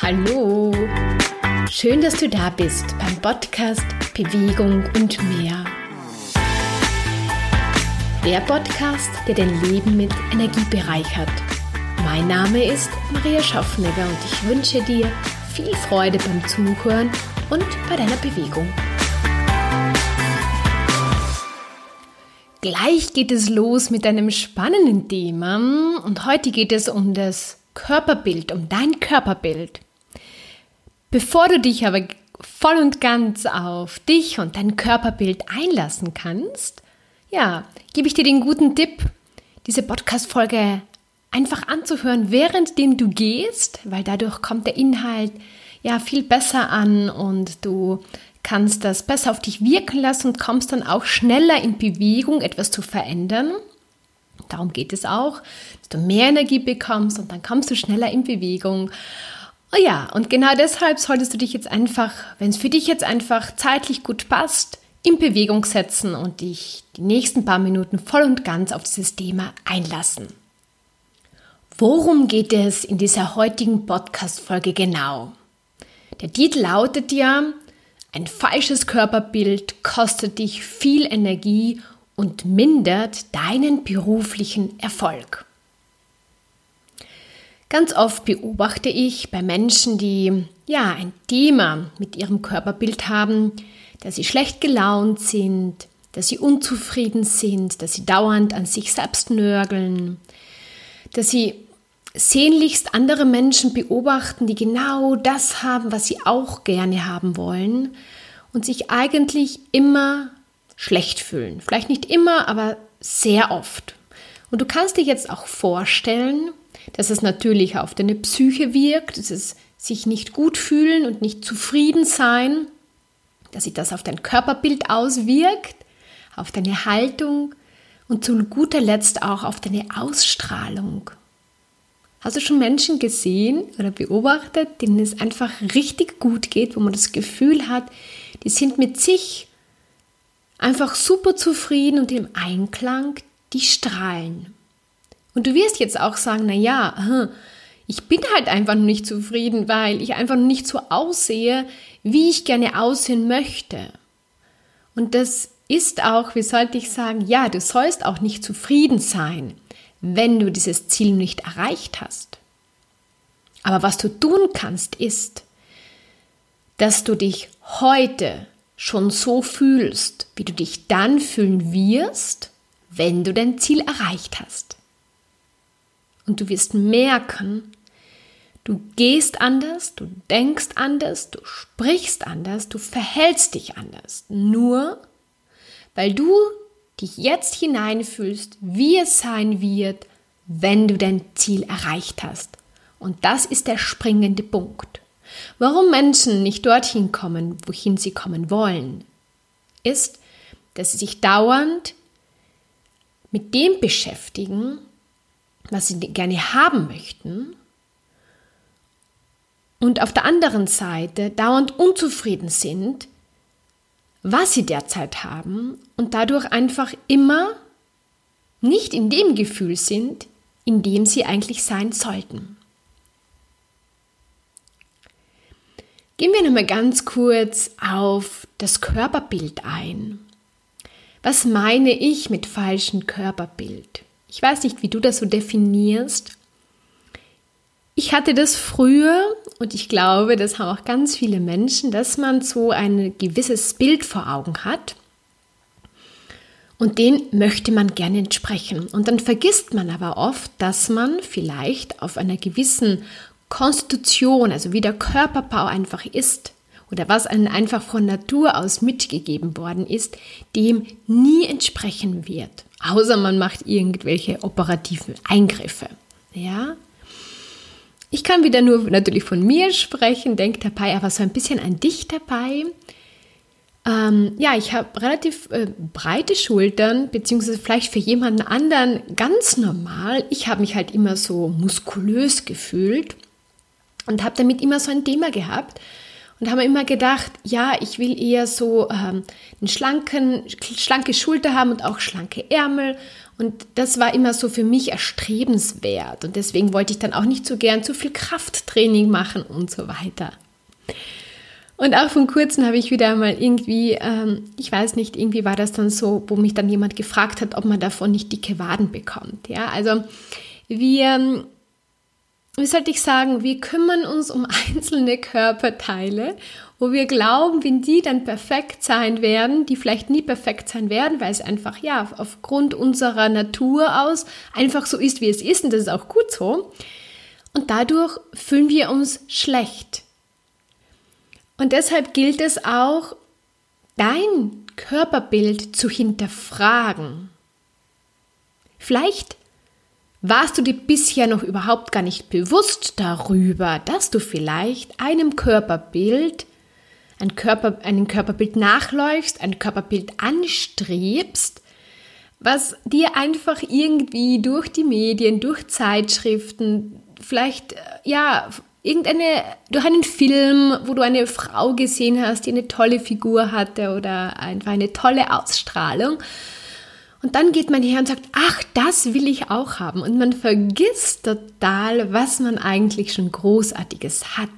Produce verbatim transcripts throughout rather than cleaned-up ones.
Hallo, schön, dass du da bist beim Podcast Bewegung und mehr. Der Podcast, der dein Leben mit Energie bereichert. Mein Name ist Maria Schaffnegger und ich wünsche dir viel Freude beim Zuhören und bei deiner Bewegung. Gleich geht es los mit einem spannenden Thema und heute geht es um das Körperbild, um dein Körperbild. Bevor du dich aber voll und ganz auf dich und dein Körperbild einlassen kannst, ja, gebe ich dir den guten Tipp, diese Podcast-Folge einfach anzuhören, währenddem du gehst, weil dadurch kommt der Inhalt ja viel besser an und du kannst das besser auf dich wirken lassen und kommst dann auch schneller in Bewegung, etwas zu verändern. Darum geht es auch, dass du mehr Energie bekommst und dann kommst du schneller in Bewegung. Oh ja, und genau deshalb solltest du dich jetzt einfach, wenn es für dich jetzt einfach zeitlich gut passt, in Bewegung setzen und dich die nächsten paar Minuten voll und ganz auf dieses Thema einlassen. Worum geht es in dieser heutigen Podcast-Folge genau? Der Titel lautet ja, ein falsches Körperbild kostet dich viel Energie und mindert deinen beruflichen Erfolg. Ganz oft beobachte ich bei Menschen, die ja ein Thema mit ihrem Körperbild haben, dass sie schlecht gelaunt sind, dass sie unzufrieden sind, dass sie dauernd an sich selbst nörgeln, dass sie sehnlichst andere Menschen beobachten, die genau das haben, was sie auch gerne haben wollen und sich eigentlich immer schlecht fühlen. Vielleicht nicht immer, aber sehr oft. Und du kannst dir jetzt auch vorstellen, dass es natürlich auf deine Psyche wirkt, dass es sich nicht gut fühlen und nicht zufrieden sein, dass sich das auf dein Körperbild auswirkt, auf deine Haltung und zu guter Letzt auch auf deine Ausstrahlung. Hast du schon Menschen gesehen oder beobachtet, denen es einfach richtig gut geht, wo man das Gefühl hat, die sind mit sich einfach super zufrieden und im Einklang, die strahlen. Und du wirst jetzt auch sagen, na ja, ich bin halt einfach noch nicht zufrieden, weil ich einfach noch nicht so aussehe, wie ich gerne aussehen möchte. Und das ist auch, wie sollte ich sagen, ja, du sollst auch nicht zufrieden sein, wenn du dieses Ziel nicht erreicht hast. Aber was du tun kannst, ist, dass du dich heute schon so fühlst, wie du dich dann fühlen wirst, wenn du dein Ziel erreicht hast. Und du wirst merken, du gehst anders, du denkst anders, du sprichst anders, du verhältst dich anders. Nur, weil du dich jetzt hineinfühlst, wie es sein wird, wenn du dein Ziel erreicht hast. Und das ist der springende Punkt. Warum Menschen nicht dorthin kommen, wohin sie kommen wollen, ist, dass sie sich dauernd mit dem beschäftigen, was sie gerne haben möchten und auf der anderen Seite dauernd unzufrieden sind, was sie derzeit haben und dadurch einfach immer nicht in dem Gefühl sind, in dem sie eigentlich sein sollten. Gehen wir nochmal ganz kurz auf das Körperbild ein. Was meine ich mit falschem Körperbild? Ich weiß nicht, wie du das so definierst. Ich hatte das früher und ich glaube, das haben auch ganz viele Menschen, dass man so ein gewisses Bild vor Augen hat und den möchte man gerne entsprechen. Und dann vergisst man aber oft, dass man vielleicht auf einer gewissen Konstitution, also wie der Körperbau einfach ist oder was einem einfach von Natur aus mitgegeben worden ist, dem nie entsprechen wird, außer man macht irgendwelche operativen Eingriffe. Ja? Ich kann wieder nur natürlich von mir sprechen, denke dabei aber so ein bisschen an dich dabei. Ähm, ja, ich habe relativ äh, breite Schultern, beziehungsweise vielleicht für jemanden anderen ganz normal. Ich habe mich halt immer so muskulös gefühlt und habe damit immer so ein Thema gehabt und habe immer gedacht, ja, ich will eher so ähm, einen schlanken, schlanke Schulter haben und auch schlanke Ärmel Und das war immer so für mich erstrebenswert. Und deswegen wollte ich dann auch nicht so gern zu viel Krafttraining machen und so weiter. Und auch vor kurzem habe ich wieder mal irgendwie, ähm, ich weiß nicht, irgendwie war das dann so, wo mich dann jemand gefragt hat, ob man davon nicht dicke Waden bekommt. Ja, also wir, wie sollte ich sagen, wir kümmern uns um einzelne Körperteile, wo wir glauben, wenn die dann perfekt sein werden, die vielleicht nie perfekt sein werden, weil es einfach, ja, aufgrund unserer Natur aus einfach so ist, wie es ist, und das ist auch gut so. Und dadurch fühlen wir uns schlecht. Und deshalb gilt es auch, dein Körperbild zu hinterfragen. Vielleicht warst du dir bisher noch überhaupt gar nicht bewusst darüber, dass du vielleicht einem Körperbild, ein Körper, einem Körperbild nachläufst, ein Körperbild anstrebst, was dir einfach irgendwie durch die Medien, durch Zeitschriften, vielleicht, ja, irgendeine, durch einen Film, wo du eine Frau gesehen hast, die eine tolle Figur hatte oder einfach eine tolle Ausstrahlung. Und dann geht man her und sagt, ach, das will ich auch haben. Und man vergisst total, was man eigentlich schon Großartiges hat.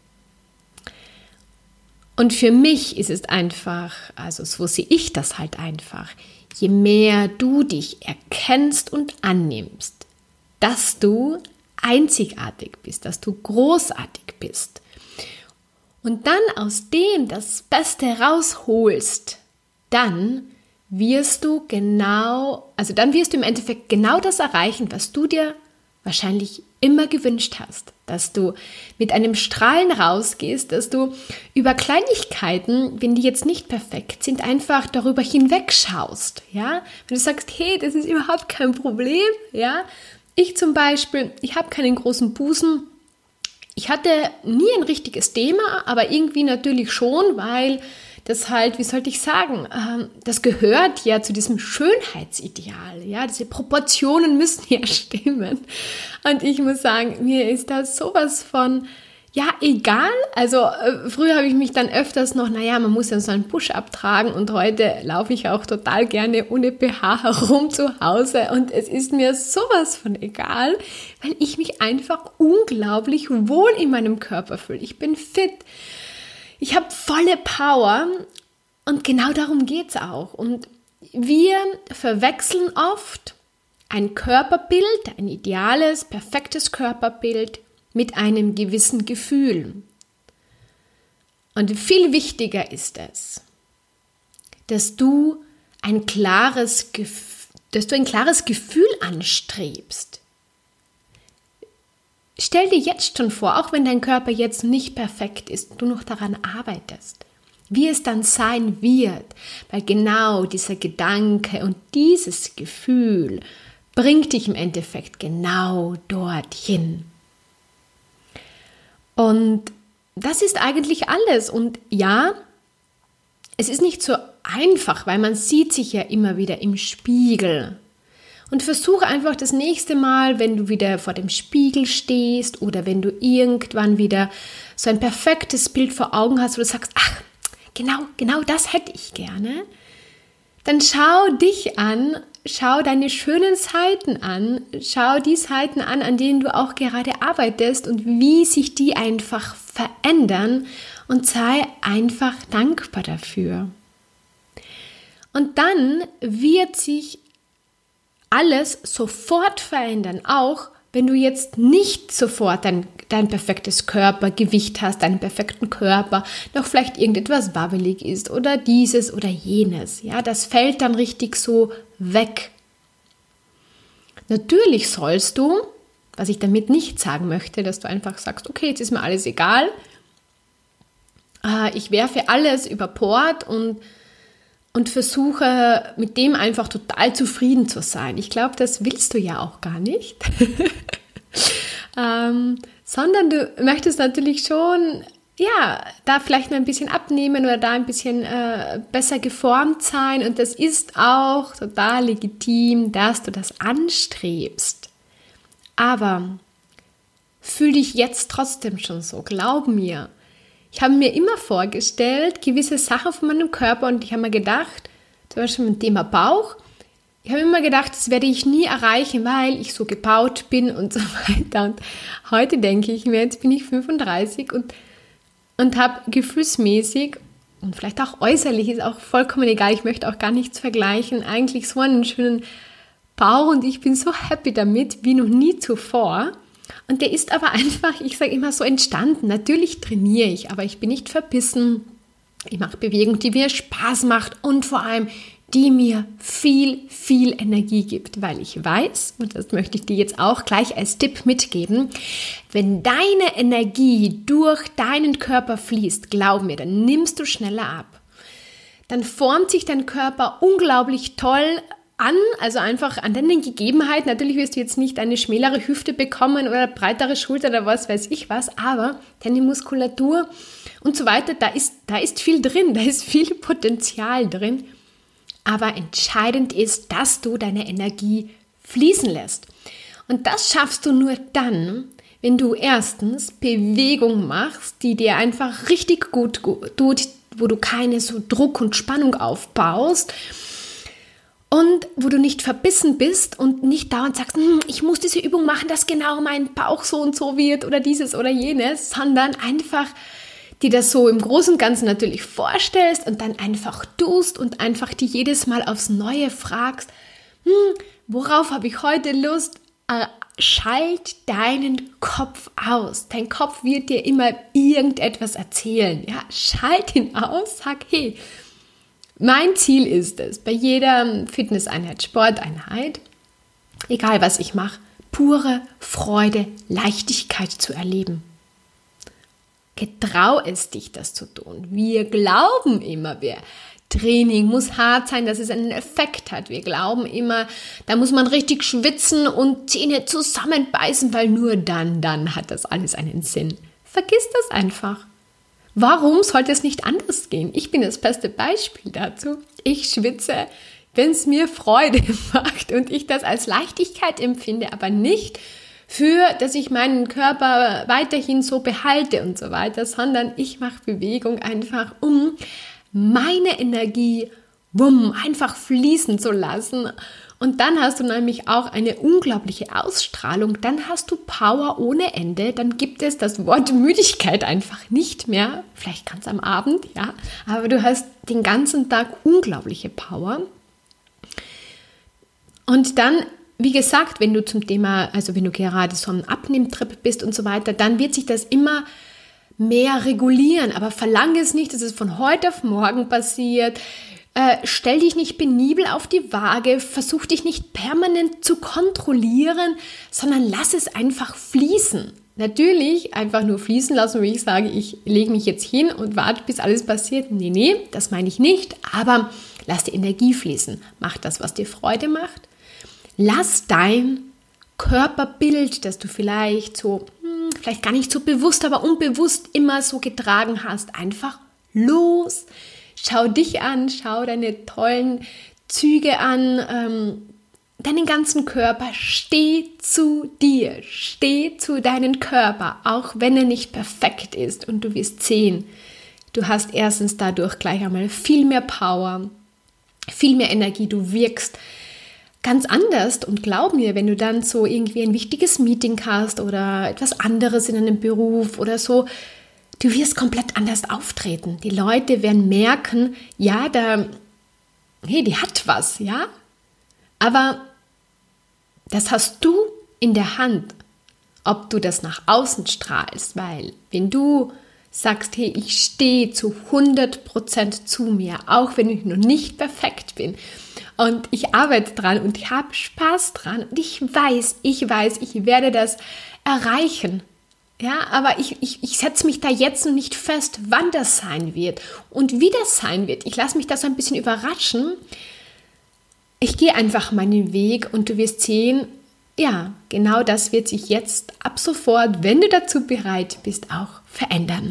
Und für mich ist es einfach, also so sehe ich das halt einfach, je mehr du dich erkennst und annimmst, dass du einzigartig bist, dass du großartig bist und dann aus dem das Beste rausholst, dann wirst du genau, also dann wirst du im Endeffekt genau das erreichen, was du dir wahrscheinlich immer gewünscht hast, dass du mit einem Strahlen rausgehst, dass du über Kleinigkeiten, wenn die jetzt nicht perfekt sind, einfach darüber hinwegschaust, ja, wenn du sagst, hey, das ist überhaupt kein Problem, ja. Ich zum Beispiel, ich habe keinen großen Busen. Ich hatte nie ein richtiges Thema, aber irgendwie natürlich schon, weil das halt, wie sollte ich sagen, das gehört ja zu diesem Schönheitsideal. Ja, diese Proportionen müssen ja stimmen. Und ich muss sagen, mir ist das sowas von, ja, egal. Also äh, früher habe ich mich dann öfters noch, naja, man muss ja so einen Push-Up tragen und heute laufe ich auch total gerne ohne B H herum zu Hause und es ist mir sowas von egal, weil ich mich einfach unglaublich wohl in meinem Körper fühle. Ich bin fit, ich habe volle Power und genau darum geht es auch. Und wir verwechseln oft ein Körperbild, ein ideales, perfektes Körperbild mit einem gewissen Gefühl. Und viel wichtiger ist es, dass du ein klares, dass du ein klares Gefühl anstrebst. Stell dir jetzt schon vor, auch wenn dein Körper jetzt nicht perfekt ist, du noch daran arbeitest, wie es dann sein wird, weil genau dieser Gedanke und dieses Gefühl bringt dich im Endeffekt genau dorthin. Und das ist eigentlich alles. Und ja, es ist nicht so einfach, weil man sieht sich ja immer wieder im Spiegel. Und versuche einfach das nächste Mal, wenn du wieder vor dem Spiegel stehst oder wenn du irgendwann wieder so ein perfektes Bild vor Augen hast, wo du sagst, ach, genau, genau das hätte ich gerne, dann schau dich an, schau deine schönen Seiten an, schau die Seiten an, an denen du auch gerade arbeitest und wie sich die einfach verändern und sei einfach dankbar dafür. Und dann wird sich alles sofort verändern, auch wenn du jetzt nicht sofort dein, dein perfektes Körpergewicht hast, deinen perfekten Körper, noch vielleicht irgendetwas wabbelig ist oder dieses oder jenes. Ja, das fällt dann richtig so weg. Natürlich sollst du, was ich damit nicht sagen möchte, dass du einfach sagst, okay, jetzt ist mir alles egal, ich werfe alles über Bord und und versuche mit dem einfach total zufrieden zu sein. Ich glaube, das willst du ja auch gar nicht, ähm, sondern du möchtest natürlich schon, ja, da vielleicht noch ein bisschen abnehmen oder da ein bisschen äh, besser geformt sein und das ist auch total legitim, dass du das anstrebst. Aber fühl dich jetzt trotzdem schon so, glaub mir. Ich habe mir immer vorgestellt, gewisse Sachen von meinem Körper und ich habe mir gedacht, zum Beispiel mit dem Thema Bauch, ich habe immer gedacht, das werde ich nie erreichen, weil ich so gebaut bin und so weiter. Und heute denke ich mir, jetzt bin ich fünfunddreißig und, und habe gefühlsmäßig und vielleicht auch äußerlich, ist auch vollkommen egal, ich möchte auch gar nichts vergleichen, eigentlich so einen schönen Bauch und ich bin so happy damit, wie noch nie zuvor. Und der ist aber einfach, ich sage immer, so entstanden. Natürlich trainiere ich, aber ich bin nicht verbissen. Ich mache Bewegung, die mir Spaß macht und vor allem, die mir viel, viel Energie gibt, weil ich weiß, und das möchte ich dir jetzt auch gleich als Tipp mitgeben, wenn deine Energie durch deinen Körper fließt, glaub mir, dann nimmst du schneller ab. Dann formt sich dein Körper unglaublich toll an, also einfach an deinen Gegebenheiten. Natürlich wirst du jetzt nicht eine schmälere Hüfte bekommen oder breitere Schulter oder was weiß ich was, aber deine Muskulatur und so weiter, da ist, da ist viel drin, da ist viel Potenzial drin. Aber entscheidend ist, dass du deine Energie fließen lässt. Und das schaffst du nur dann, wenn du erstens Bewegung machst, die dir einfach richtig gut tut, wo du keine so Druck und Spannung aufbaust und wo du nicht verbissen bist und nicht dauernd sagst, hm, ich muss diese Übung machen, dass genau mein Bauch so und so wird oder dieses oder jenes, sondern einfach die das so im Großen und Ganzen natürlich vorstellst und dann einfach tust und einfach die jedes Mal aufs Neue fragst, hm, worauf habe ich heute Lust? Äh, schalt deinen Kopf aus. Dein Kopf wird dir immer irgendetwas erzählen. Ja, schalt ihn aus, sag, hey, mein Ziel ist es, bei jeder Fitnesseinheit, Sporteinheit, egal was ich mache, pure Freude, Leichtigkeit zu erleben. Getrau es dich, das zu tun. Wir glauben immer, wir Training muss hart sein, dass es einen Effekt hat. Wir glauben immer, da muss man richtig schwitzen und Zähne zusammenbeißen, weil nur dann, dann hat das alles einen Sinn. Vergiss das einfach. Warum sollte es nicht anders gehen? Ich bin das beste Beispiel dazu. Ich schwitze, wenn es mir Freude macht und ich das als Leichtigkeit empfinde, aber nicht für, dass ich meinen Körper weiterhin so behalte und so weiter, sondern ich mache Bewegung einfach, um meine Energie wumm, einfach fließen zu lassen. Und dann hast du nämlich auch eine unglaubliche Ausstrahlung, dann hast du Power ohne Ende, dann gibt es das Wort Müdigkeit einfach nicht mehr, vielleicht ganz am Abend, ja, aber du hast den ganzen Tag unglaubliche Power. Und dann, wie gesagt, wenn du zum Thema, also wenn du gerade so am Abnehmtrip bist und so weiter, dann wird sich das immer mehr regulieren, aber verlange es nicht, dass es von heute auf morgen passiert. Äh, stell dich nicht penibel auf die Waage, versuch dich nicht permanent zu kontrollieren, sondern lass es einfach fließen. Natürlich einfach nur fließen lassen, wie ich sage, ich lege mich jetzt hin und warte, bis alles passiert. Nee, nee, das meine ich nicht, aber lass die Energie fließen. Mach das, was dir Freude macht. Lass dein Körperbild, das du vielleicht so, hm, vielleicht gar nicht so bewusst, aber unbewusst immer so getragen hast, einfach los. Schau dich an, schau deine tollen Züge an, ähm, deinen ganzen Körper. Steh zu dir, steh zu deinem Körper, auch wenn er nicht perfekt ist. Und du wirst sehen, du hast erstens dadurch gleich einmal viel mehr Power, viel mehr Energie, du wirkst ganz anders und glaub mir, wenn du dann so irgendwie ein wichtiges Meeting hast oder etwas anderes in einem Beruf oder so, du wirst komplett anders auftreten. Die Leute werden merken, ja, da, hey, die hat was, ja, aber das hast du in der Hand, ob du das nach außen strahlst, weil wenn du sagst, hey, ich stehe zu hundert Prozent zu mir, auch wenn ich noch nicht perfekt bin, und ich arbeite dran und ich habe Spaß dran und ich weiß, ich weiß, ich werde das erreichen. Ja, aber ich, ich, ich setze mich da jetzt noch nicht fest, wann das sein wird und wie das sein wird. Ich lasse mich da so ein bisschen überraschen. Ich gehe einfach meinen Weg und du wirst sehen, ja, genau das wird sich jetzt ab sofort, wenn du dazu bereit bist, auch verändern.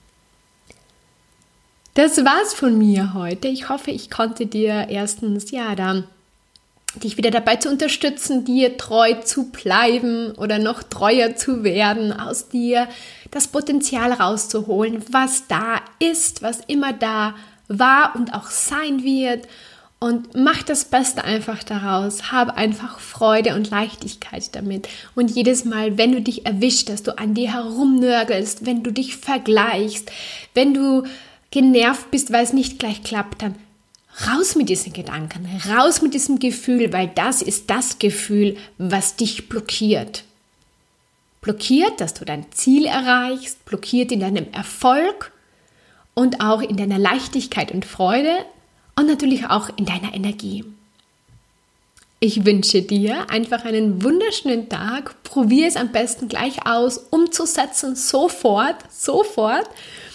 Das war's von mir heute. Ich hoffe, ich konnte dir erstens, ja, da dich wieder dabei zu unterstützen, dir treu zu bleiben oder noch treuer zu werden, aus dir das Potenzial rauszuholen, was da ist, was immer da war und auch sein wird. und mach das Beste einfach daraus. Hab einfach Freude und Leichtigkeit damit. Und jedes Mal, wenn du dich erwischt, dass du an dir herumnörgelst, wenn du dich vergleichst, wenn du genervt bist, weil es nicht gleich klappt, dann raus mit diesen Gedanken, raus mit diesem Gefühl, weil das ist das Gefühl, was dich blockiert. Blockiert, dass du dein Ziel erreichst, blockiert in deinem Erfolg und auch in deiner Leichtigkeit und Freude und natürlich auch in deiner Energie. Ich wünsche dir einfach einen wunderschönen Tag. Probier es am besten gleich aus, umzusetzen, sofort, sofort.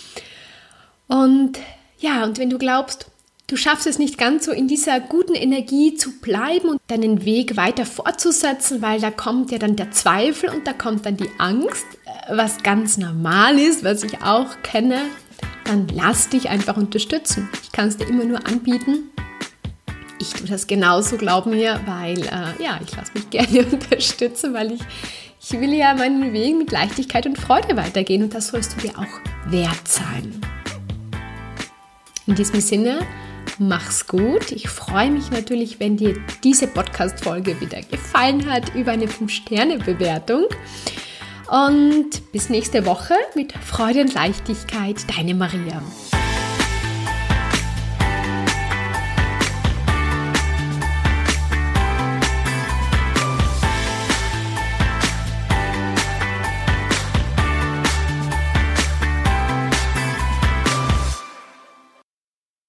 Und ja, und wenn du glaubst, du schaffst es nicht ganz so in dieser guten Energie zu bleiben und deinen Weg weiter fortzusetzen, weil da kommt ja dann der Zweifel und da kommt dann die Angst, was ganz normal ist, was ich auch kenne, dann lass dich einfach unterstützen. Ich kann es dir immer nur anbieten. Ich tue das genauso, glaub mir, weil äh, ja, ich lasse mich gerne unterstützen, weil ich, ich will ja meinen Weg mit Leichtigkeit und Freude weitergehen und das sollst du dir auch wert sein. In diesem Sinne, mach's gut. Ich freue mich natürlich, wenn dir diese Podcast-Folge wieder gefallen hat, über eine fünf Sterne Bewertung. Und bis nächste Woche mit Freude und Leichtigkeit, deine Maria.